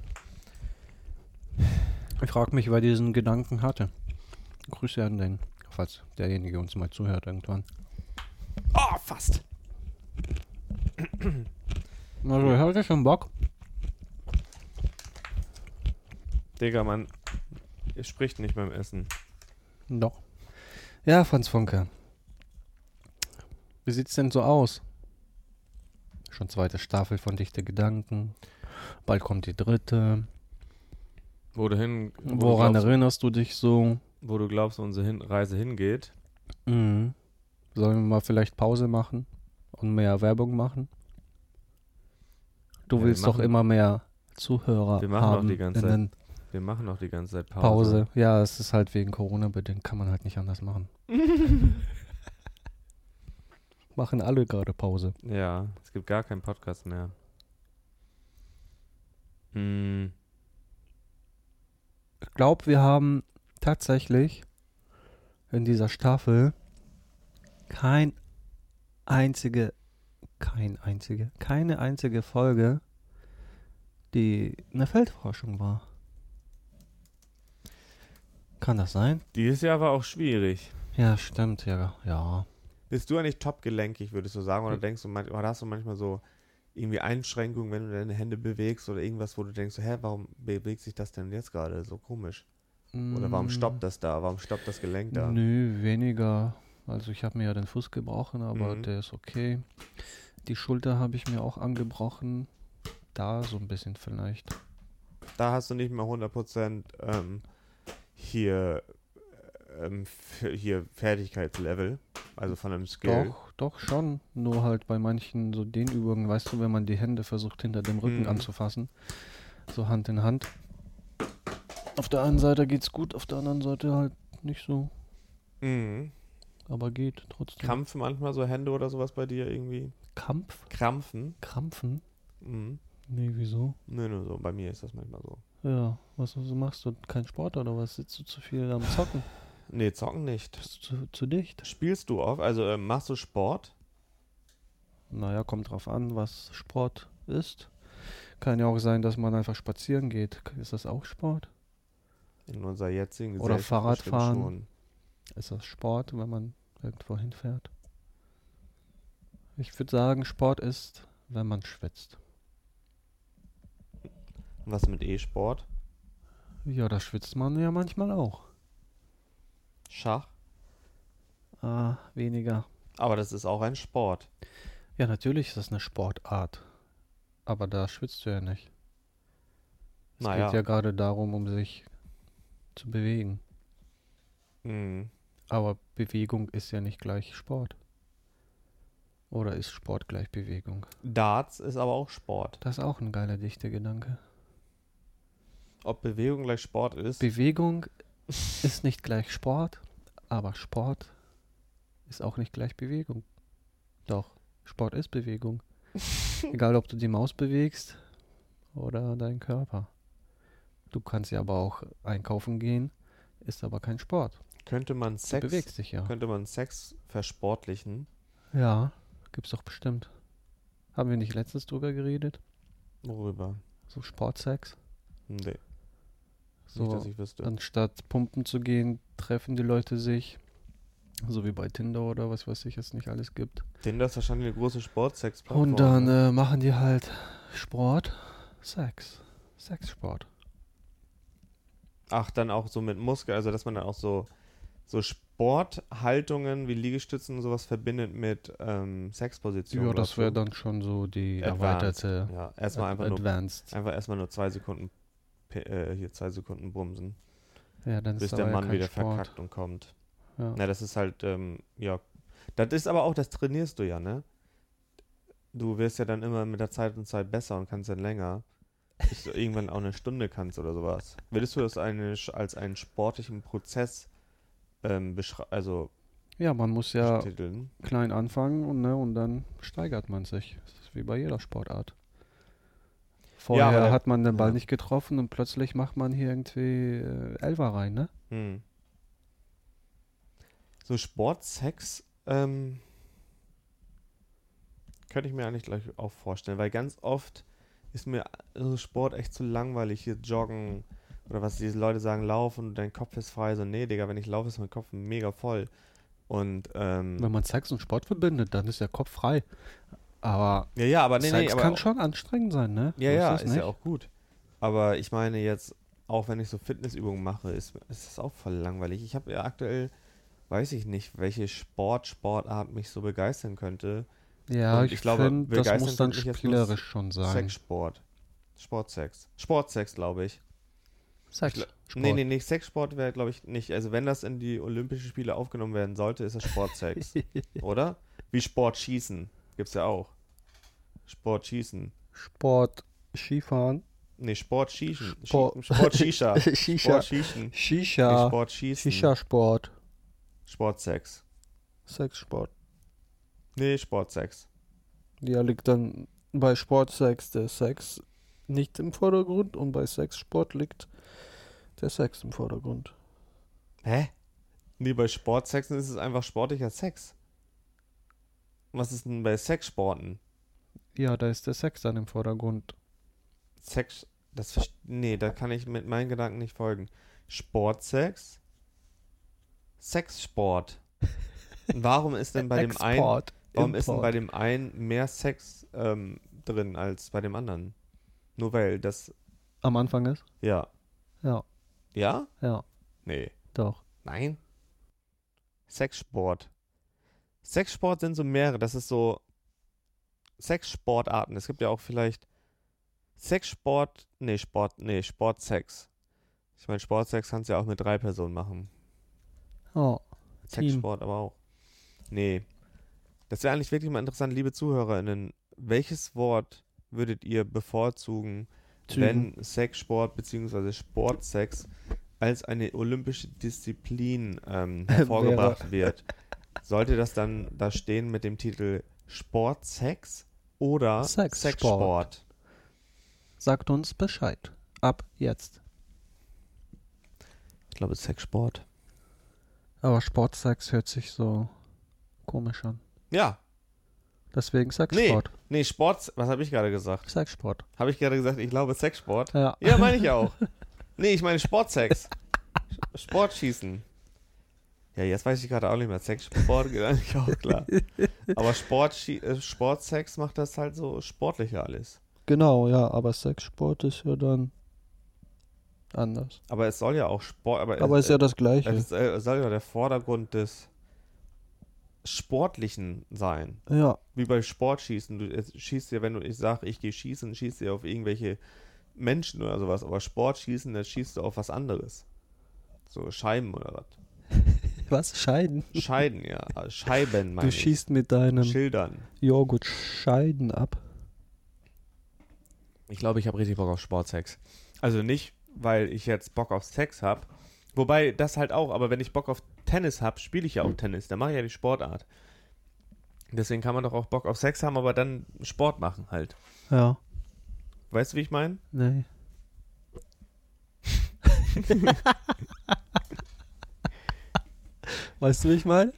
Ich frage mich, wer diesen Gedanken hatte. Grüße an den, falls derjenige uns mal zuhört irgendwann. Oh, fast! Also, ich hatte schon Bock. Digga, man es spricht nicht beim Essen. Doch. Ja, Franz Funke. Wie sieht's denn so aus? Schon zweite Staffel von Dichte Gedanken. Bald kommt die dritte. Wo du hin, wo Woran du glaubst, erinnerst du dich so? wo du glaubst, wo unsere hin Reise hingeht. Mhm. Sollen wir mal vielleicht Pause machen und mehr Werbung machen? Du Ja, wir willst doch machen- immer mehr Zuhörer wir machen auch haben die ganze in Zeit den Wir machen noch die ganze Zeit Pause. Pause. Pause. Ja, es ist halt wegen Corona bedingt, kann man halt nicht anders machen. Wir machen noch die ganze Zeit Pause. Pause. Ja, es ist halt wegen Corona bedingt, kann man halt nicht anders machen. Wir machen noch die ganze Zeit Pause. Pause. Machen alle gerade Pause. Ja, es gibt gar keinen Podcast mehr. Hm. Ich glaube, wir haben tatsächlich in dieser Staffel kein einzige, kein einzige, keine einzige Folge, die eine Feldforschung war. Kann das sein? Dieses Jahr war auch schwierig. Ja, stimmt, ja. Ja. Bist du eigentlich topgelenkig, würdest du sagen? Oder denkst du, manch- oder hast du manchmal so irgendwie Einschränkungen, wenn du deine Hände bewegst oder irgendwas, wo du denkst, so, hä, warum bewegt sich das denn jetzt gerade so komisch? Oder warum stoppt das da? Warum stoppt das Gelenk da? Nö, weniger. Also ich habe mir ja den Fuß gebrochen, aber Mhm. der ist okay. Die Schulter habe ich mir auch angebrochen. Da so ein bisschen vielleicht. Da hast du nicht mehr hundert Prozent ähm, hier, ähm, f- hier Fertigkeitslevel, also von einem Skill. Doch, doch schon. Nur halt bei manchen so Dehnübungen, weißt du, wenn man die Hände versucht hinter dem Rücken Mhm. anzufassen. So Hand in Hand. Auf der einen Seite geht's gut, auf der anderen Seite halt nicht so. Mhm. Aber geht trotzdem. Krampfen manchmal so Hände oder sowas bei dir irgendwie? Kampf? Krampfen? Krampfen? Mhm. Nee, wieso? Nö, nur so. Bei mir ist das manchmal so. Ja, was was machst du? Kein Sport oder was? Sitzt du zu viel am Zocken? Nee, zocken nicht. Bist du zu, zu dicht? Spielst du oft? Also ähm, machst du Sport? Naja, kommt drauf an, was Sport ist. Kann ja auch sein, dass man einfach spazieren geht. Ist das auch Sport? In unserer jetzigen Oder Gesellschaft bestimmt Fahrradfahren. schon. Ist das Sport, wenn man irgendwo hinfährt? Ich würde sagen, Sport ist, wenn man schwitzt. Und was mit E-Sport? Ja, da schwitzt man ja manchmal auch. Schach? Ah, weniger. Aber das ist auch ein Sport. Ja, natürlich ist das eine Sportart. Aber da schwitzt du ja nicht. Es Naja. geht ja gerade darum, um sich zu bewegen. Mhm. Aber Bewegung ist ja nicht gleich Sport. Oder ist Sport gleich Bewegung? Darts ist aber auch Sport. Das ist auch ein geiler dichter Gedanke. Ob Bewegung gleich Sport ist? Bewegung ist nicht gleich Sport, aber Sport ist auch nicht gleich Bewegung. Doch, Sport ist Bewegung. Egal, ob du die Maus bewegst oder deinen Körper. Du kannst ja aber auch einkaufen gehen, ist aber kein Sport. Könnte man Du Sex, bewegst dich ja. könnte man Sex versportlichen? Ja, gibt's doch bestimmt. Haben wir nicht letztens drüber geredet? Worüber? So Sportsex? Nee. So, Nicht, dass ich wüsste. anstatt pumpen zu gehen, treffen die Leute sich. So wie bei Tinder oder was weiß ich, es nicht alles gibt. Tinder ist wahrscheinlich eine große Sportsex-Plattform. Und dann ne? äh, machen die halt Sport, Sex. Sexsport. Ach, dann auch so mit Muskel, also dass man dann auch so, so Sporthaltungen wie Liegestützen und sowas verbindet mit ähm, Sexpositionen. Ja, das wäre glaubst dann schon so die du? Advanced. erweiterte Ja, erstmal einfach nur, Advanced. einfach erstmal nur zwei Sekunden, pe- äh, hier zwei Sekunden bumsen, Ja, dann bis ist der aber ja Mann kein wieder Sport. verkackt und kommt. Ja. Na, das ist halt, ähm, ja, das ist aber auch, das trainierst du ja, ne? Du wirst ja dann immer mit der Zeit und Zeit besser und kannst dann länger, bis du irgendwann auch eine Stunde kannst oder sowas. Würdest du das eine, als einen sportlichen Prozess ähm, beschrei- also Ja, man muss ja betiteln? klein anfangen und, ne, und dann steigert man sich. Das ist wie bei jeder Sportart. Vorher aber- hat man den Ball ja. nicht getroffen und plötzlich macht man hier irgendwie äh, Elfer rein, ne? Hm. So Sportsex, ähm, könnte ich mir eigentlich gleich auch vorstellen, weil ganz oft ist mir so Sport echt zu langweilig, hier joggen oder was diese Leute sagen, laufen und dein Kopf ist frei. So, nee, Digga, wenn ich laufe, ist mein Kopf mega voll. Und, ähm, Wenn man Sex und Sport verbindet, dann ist der Kopf frei. Aber ja, ja, aber nee, Sex nee, aber kann auch, schon anstrengend sein, ne? ja, So ja, es ist ja auch gut. Aber ich meine jetzt, auch wenn ich so Fitnessübungen mache, ist, ist das auch voll langweilig. Ich habe ja aktuell, weiß ich nicht, welche Sport, Sportart mich so begeistern könnte. Ja, Und ich, ich glaube, finde, das begeistern muss dann könnte mich jetzt nur spielerisch schon sein. Sexsport. Sportsex. Sportsex, glaube ich. Sex. Ich gl- Sport. Nee, nee, nee, Sexsport wäre, glaube ich, nicht. Also wenn das in die Olympischen Spiele aufgenommen werden sollte, ist das Sportsex. Oder? Wie Sportschießen. Gibt's ja auch. Sportschießen. Sport, Skifahren, Nee, Sportschießen. Sport- Sportshisha. Shisha, Sportschießen. Nee, Shisha, Sportschießen. Shisha-Sport, Sportsex. Sexsport. Nee, Sportsex. Ja, liegt dann bei Sportsex der Sex nicht im Vordergrund und bei Sexsport liegt der Sex im Vordergrund. Hä? Nee, bei Sportsexen ist es einfach sportlicher Sex. Was ist denn bei Sexsporten? Ja, da ist der Sex dann im Vordergrund. Sex, das verst- nee, da kann ich mit meinen Gedanken nicht folgen. Sportsex? Sexsport. Warum ist denn bei dem einen, Export. warum ist denn Import. bei dem einen mehr Sex ähm, drin als bei dem anderen? Nur weil das, Am Anfang ist? ja. Ja, Ja? ja, Nee. doch. Nein. Sexsport. Sexsport sind so mehrere, das ist so Sexsportarten. Es gibt ja auch vielleicht Sexsport, nee, Sport, nee, Sportsex. Ich meine, Sportsex kannst du ja auch mit drei Personen machen. Oh, Team. Sexsport aber auch. Nee. Das wäre eigentlich wirklich mal interessant, liebe ZuhörerInnen. Welches Wort würdet ihr bevorzugen, Zügen. wenn Sexsport bzw. Sportsex als eine olympische Disziplin ähm, hervorgebracht wird? Sollte das dann da stehen mit dem Titel Sportsex oder Sexsport. Sexsport? Sagt uns Bescheid. Ab jetzt. Ich glaube Sexsport. Aber Sportsex hört sich so komisch an. Ja. Deswegen Nee, Sexsport. nee, Sport, was habe ich gerade gesagt? Sexsport. Habe ich gerade gesagt, ich glaube Sexsport? Ja. Ja, meine ich auch. Nee, ich meine Sportsex. Sportschießen. Ja, jetzt weiß ich gerade auch nicht mehr. Sexsport geht eigentlich auch klar. Aber Sportschie- äh, Sportsex macht das halt so sportlicher alles. Genau, ja, aber Sexsport ist ja dann anders. Aber es soll ja auch Sport... Aber, Aber es, ist ja das Gleiche. es, es soll ja der Vordergrund des Sportlichen sein. Ja, Wie bei Sportschießen. Du es schießt ja, wenn du, ich sag, ich gehe schießen, schießt du ja auf irgendwelche Menschen oder sowas. Aber Sportschießen, da schießt du auf was anderes. So Scheiben oder was. was? Scheiden? Scheiden, ja. Scheiben, meine Du ich. schießt mit deinem Schildern. Joghurt Scheiden ab. Ich glaube, ich habe richtig Bock auf Sportsex. Also nicht, weil ich jetzt Bock auf Sex habe. Wobei, das halt auch. Aber wenn ich Bock auf Tennis habe, spiele ich ja auch Tennis. Dann mache ich ja die Sportart. Deswegen kann man doch auch Bock auf Sex haben, aber dann Sport machen halt. Ja, Weißt du, wie ich meine? nee. Weißt du, wie ich meine?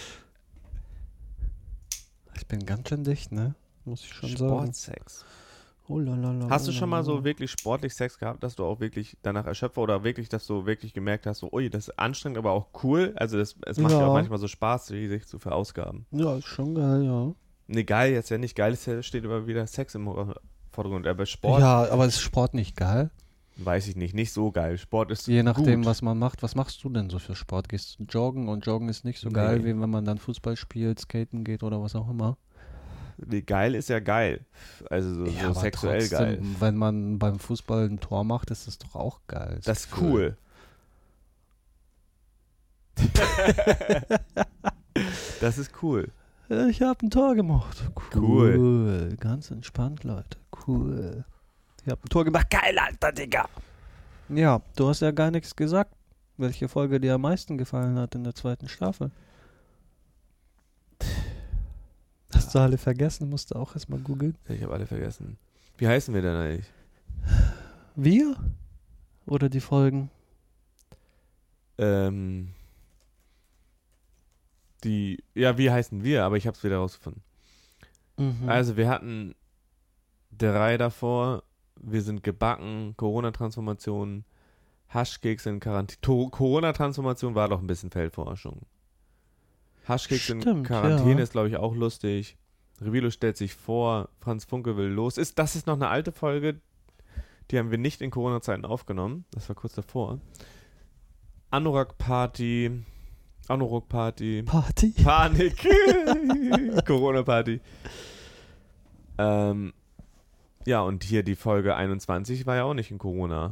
Ich bin ganz schön dicht, ne? Muss ich schon sagen. Sportsex. Oh, lalala, Hast du schon mal so lalala. wirklich sportlich Sex gehabt, dass du auch wirklich danach erschöpft war oder wirklich, dass du wirklich gemerkt hast, so, ui, das ist anstrengend, aber auch cool. Also das, es macht ja. Ja. auch manchmal so Spaß, sich zu verausgaben. Ja, ist schon geil, ja. Nee, geil, jetzt ja nicht geil, ist ja, steht immer wieder Sex im Vordergrund. Aber Sport, Ja, aber ist Sport nicht geil? weiß ich nicht, nicht so geil. Sport ist Je nachdem, gut. was man macht. Was machst du denn so für Sport? Gehst du joggen und joggen ist nicht so Nee. geil, wie wenn man dann Fußball spielt, skaten geht oder was auch immer. Nee, geil ist ja geil. Also so, so aber sexuell trotzdem, geil. wenn man beim Fußball ein Tor macht, ist das doch auch geil. Das ist Gefühl. cool. Das ist cool. Ich habe ein Tor gemacht. Cool. Cool. Ganz entspannt, Leute. Cool. Ich habe ein Tor gemacht. Geil, Alter, Digga. Ja, du hast ja gar nichts gesagt, welche Folge dir am meisten gefallen hat in der zweiten Staffel. Hast du alle vergessen? Musst du auch erstmal googeln. Ich habe alle vergessen. Wie heißen wir denn eigentlich? Wir? Oder die Folgen? Ähm, die, ja, wie heißen wir? Aber ich habe es wieder rausgefunden. Mhm. Also wir hatten drei davor. Wir sind gebacken, Corona-Transformation, Haschkeks in Quarantäne. To- Corona-Transformation war doch ein bisschen Feldforschung. Haschkeks in Stimmt, Quarantäne ja. ist, glaube ich, auch lustig. Revilo stellt sich vor, Franz Funke will los. Ist, das ist noch eine alte Folge, die haben wir nicht in Corona-Zeiten aufgenommen. Das war kurz davor. Anorak-Party, Anorak-Party, Party? Panik, Corona-Party. Ähm, ja, und hier die Folge einundzwanzig war ja auch nicht in Corona.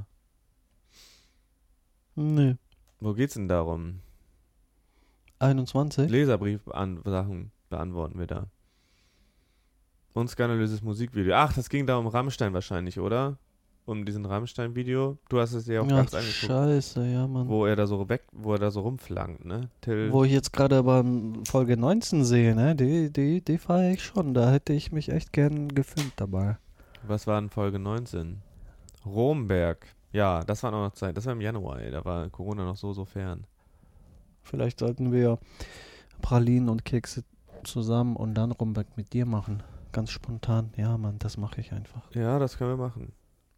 Nee. Wo geht's denn darum? einundzwanzig? Leserbrief-Sachen beantworten wir da. Und skandalöses Musikvideo. Ach, das ging da um Rammstein wahrscheinlich, oder? um diesen Rammstein-Video. Du hast es ja auch Ach, ganz angeguckt. scheiße, ja, Mann. Wo er da so weg, wo er da so rumflankt, ne? Till. Wo ich jetzt gerade aber Folge neunzehn sehe, ne? Die, die, die feiere ich schon. Da hätte ich mich echt gern gefilmt dabei. Was war in Folge neunzehn? Romberg. Ja, das war noch Zeit. Das war im Januar, ey. Da war Corona noch so, so fern. Vielleicht sollten wir Pralinen und Kekse zusammen und dann Romberg mit dir machen. Ganz spontan. Ja, Mann, das mache ich einfach. Ja, das können wir machen.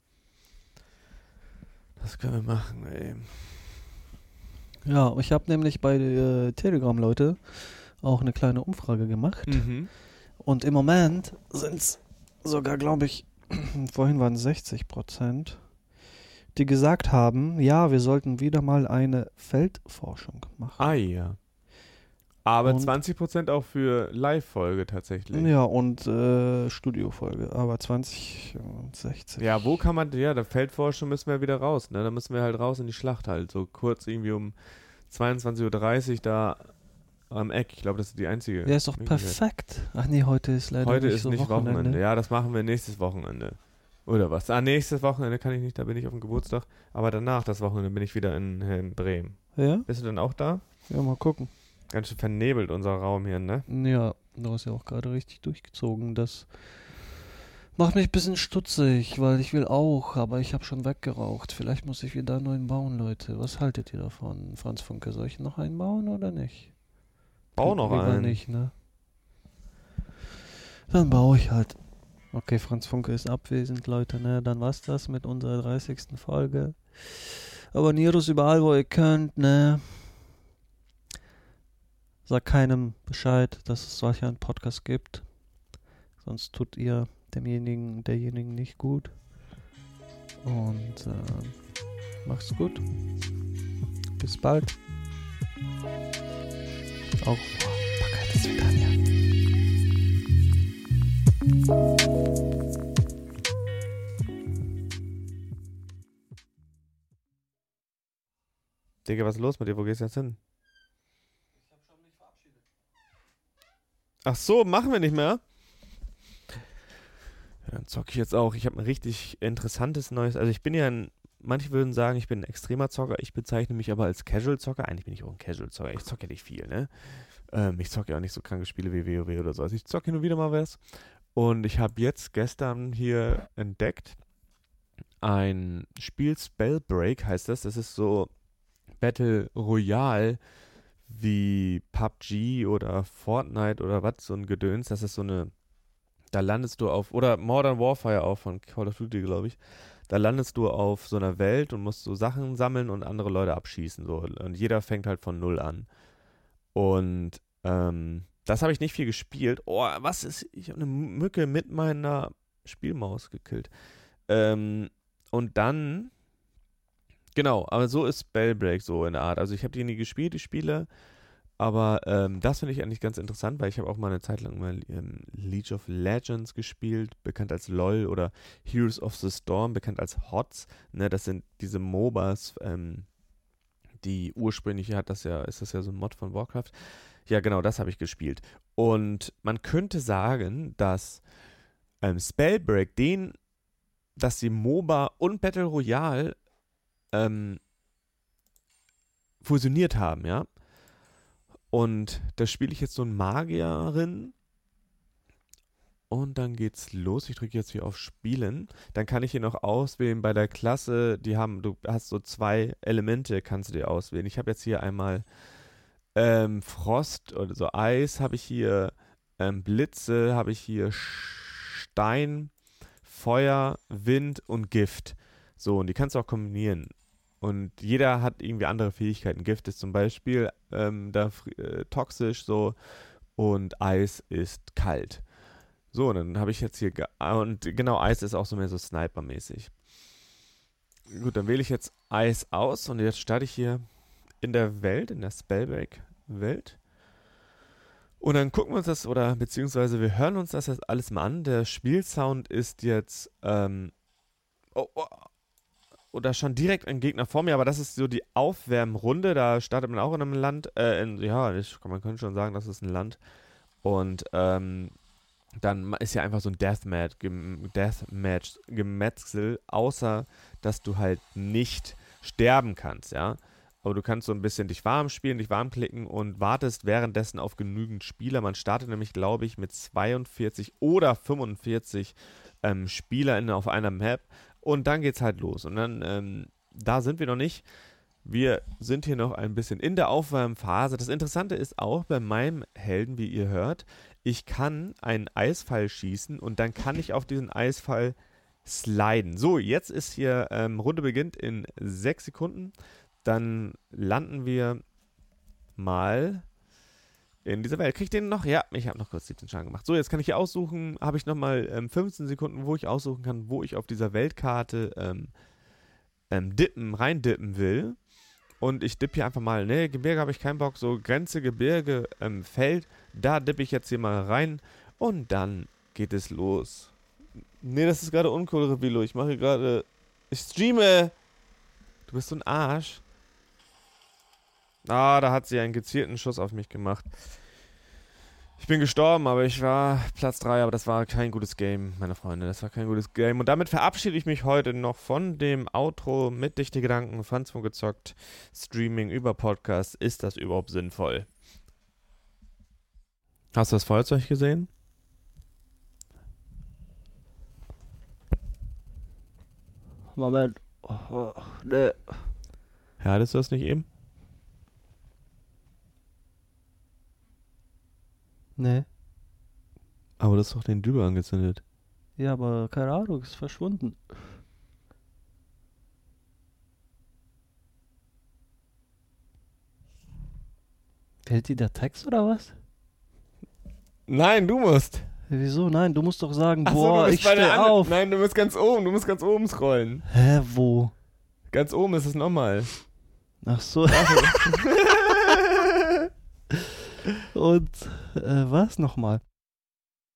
Das können wir machen, ey. Ja, ich habe nämlich bei äh, Telegram, Leute, auch eine kleine Umfrage gemacht. Mhm. Und im Moment sind es sogar, glaube ich, vorhin waren es sechzig Prozent, die gesagt haben, ja, wir sollten wieder mal eine Feldforschung machen. Ah ja. Aber Und- zwanzig Prozent auch für Live-Folge tatsächlich. Ja, und äh, Studiofolge, aber zwanzig und sechzig. Ja, wo kann man, ja, der Feldforschung müssen wir wieder raus, ne? Da müssen wir halt raus in die Schlacht halt. So kurz irgendwie um zweiundzwanzig Uhr dreißig da am Eck. Ich glaube, das ist die einzige. Der ist doch Möglichkeit. perfekt. Ach nee, heute ist leider Heute nicht ist so nicht Wochenende. Wochenende. Ja, das machen wir nächstes Wochenende. Oder was? Ah, nächstes Wochenende kann ich nicht, da bin ich auf dem Geburtstag. Aber danach, das Wochenende, bin ich wieder in, in Bremen. Ja? Bist du denn auch da? Ja, mal gucken. Ganz schön vernebelt unser Raum hier, ne? Ja, du hast ja auch gerade richtig durchgezogen. Das macht mich ein bisschen stutzig, weil ich will auch, aber ich habe schon weggeraucht. Vielleicht muss ich wieder einen neuen bauen, Leute. Was haltet ihr davon, Franz Funke? Soll ich noch einen bauen oder nicht? Bau noch Lieber einen. nicht, ne? Dann baue ich halt. Okay, Franz Funke ist abwesend, Leute, ne? Dann war's das mit unserer dreißigsten Folge. Abonniert uns überall, wo ihr könnt, ne? Sagt keinem Bescheid, dass es solch einen Podcast gibt. Sonst tut ihr demjenigen, derjenigen nicht gut. Und äh, macht's gut. Bis bald. Auch Pakete zu Tanja. Digga, was ist los mit dir? Wo gehst du jetzt hin? Ich hab schon mich verabschiedet. Ach so, machen wir nicht mehr? Ja, dann zocke ich jetzt auch. Ich habe ein richtig interessantes neues. Also ich bin ja ein, manche würden sagen, ich bin ein extremer Zocker. Ich bezeichne mich aber als Casual-Zocker. Eigentlich bin ich auch ein Casual-Zocker. Ich zocke ja nicht viel, ne? Ähm, ich zocke ja auch nicht so kranke Spiele wie WoW oder so. Also ich zocke nur wieder mal was. Und ich habe jetzt gestern hier entdeckt ein Spiel, Spellbreak heißt das. Das ist so Battle Royale wie P U B G oder Fortnite oder was, so ein Gedöns. Das ist so eine, da landest du auf, oder Modern Warfare auch von Call of Duty, glaube ich. Da landest du auf so einer Welt und musst so Sachen sammeln und andere Leute abschießen. So. Und jeder fängt halt von null an. Und ähm, das habe ich nicht viel gespielt. Oh, was ist, ich habe eine Mücke mit meiner Spielmaus gekillt. Ähm, und dann, genau, aber so ist Spellbreak so in der Art. Also ich habe die nie gespielt, die Spiele, aber ähm, das finde ich eigentlich ganz interessant, weil ich habe auch mal eine Zeit lang mal ähm, League of Legends gespielt, bekannt als LOL, oder Heroes of the Storm, bekannt als H O T S. Ne, das sind diese MOBAs, ähm, die ursprünglich hat das ja, ist das ja so ein Mod von Warcraft. Ja, genau, das habe ich gespielt. Und man könnte sagen, dass ähm, Spellbreak den, dass die MOBA und Battle Royale ähm, fusioniert haben, ja. Und da spiele ich jetzt so einen Magierin. Und dann geht's los. Ich drücke jetzt hier auf Spielen. Dann kann ich hier noch auswählen bei der Klasse. Die haben, du hast so zwei Elemente, kannst du dir auswählen. Ich habe jetzt hier einmal ähm, Frost oder so Eis, habe ich hier ähm, Blitze, habe ich hier Stein, Feuer, Wind und Gift. So, und die kannst du auch kombinieren. Und jeder hat irgendwie andere Fähigkeiten. Gift ist zum Beispiel ähm, da äh, toxisch so und Eis ist kalt. So, und dann habe ich jetzt hier, ge- und genau, Eis ist auch so mehr so Sniper-mäßig. Gut, dann wähle ich jetzt Eis aus und jetzt starte ich hier in der Welt, in der Spellbreak-Welt. Und dann gucken wir uns das, oder beziehungsweise wir hören uns das jetzt alles mal an. Der Spielsound ist jetzt, ähm, oh, oh, oder schon direkt ein Gegner vor mir, aber das ist so die Aufwärmrunde, da startet man auch in einem Land, äh, in, ja, ich, man könnte schon sagen, das ist ein Land. Und, ähm, dann ist ja einfach so ein Deathmatch, gem- Deathmatch Gemetzel, außer dass du halt nicht sterben kannst, ja. Aber du kannst so ein bisschen dich warm spielen, dich warm klicken und wartest währenddessen auf genügend Spieler. Man startet nämlich, glaube ich, mit zweiundvierzig oder fünfundvierzig ähm, SpielerInnen auf einer Map und dann geht's halt los. Und dann, ähm, da sind wir noch nicht. Wir sind hier noch ein bisschen in der Aufwärmphase. Das Interessante ist auch bei meinem Helden, wie ihr hört, ich kann einen Eisfall schießen und dann kann ich auf diesen Eisfall sliden. So, jetzt ist hier, ähm, Runde beginnt in sechs Sekunden. Dann landen wir mal in dieser Welt. Krieg ich den noch? Ja, ich habe noch kurz siebzehn Schaden gemacht. So, jetzt kann ich hier aussuchen, habe ich nochmal ähm, fünfzehn Sekunden, wo ich aussuchen kann, wo ich auf dieser Weltkarte ähm, ähm, dippen, reindippen will. Und ich dippe hier einfach mal, ne, Gebirge habe ich keinen Bock, so Grenze, Gebirge, ähm, Feld, da dippe ich jetzt hier mal rein und dann geht es los. Ne, das ist gerade uncool, Revilo, ich mache gerade, ich streame. Du bist so ein Arsch. Ah, da hat sie einen gezielten Schuss auf mich gemacht. Ich bin gestorben, aber ich war Platz drei, aber das war kein gutes Game, meine Freunde. Das war kein gutes Game. Und damit verabschiede ich mich heute noch von dem Outro mit Dichte Gedanken, Franz von Gezockt, Streaming über Podcast. Ist das überhaupt sinnvoll? Hast du das Feuerzeug gesehen? Moment. Oh, oh, ne. Ja, hattest du das nicht eben? Nee. Aber das ist doch den Dübel angezündet. Ja, aber keine Ahnung, ist verschwunden. Hält die der Text oder was? Nein, du musst. Wieso? Nein, du musst doch sagen, Ach so, boah, du ich bist bei der steh anderen- auf. Nein, du musst ganz oben, du musst ganz oben scrollen. Hä, wo? Ganz oben ist es nochmal. Ach so. Und äh, was nochmal?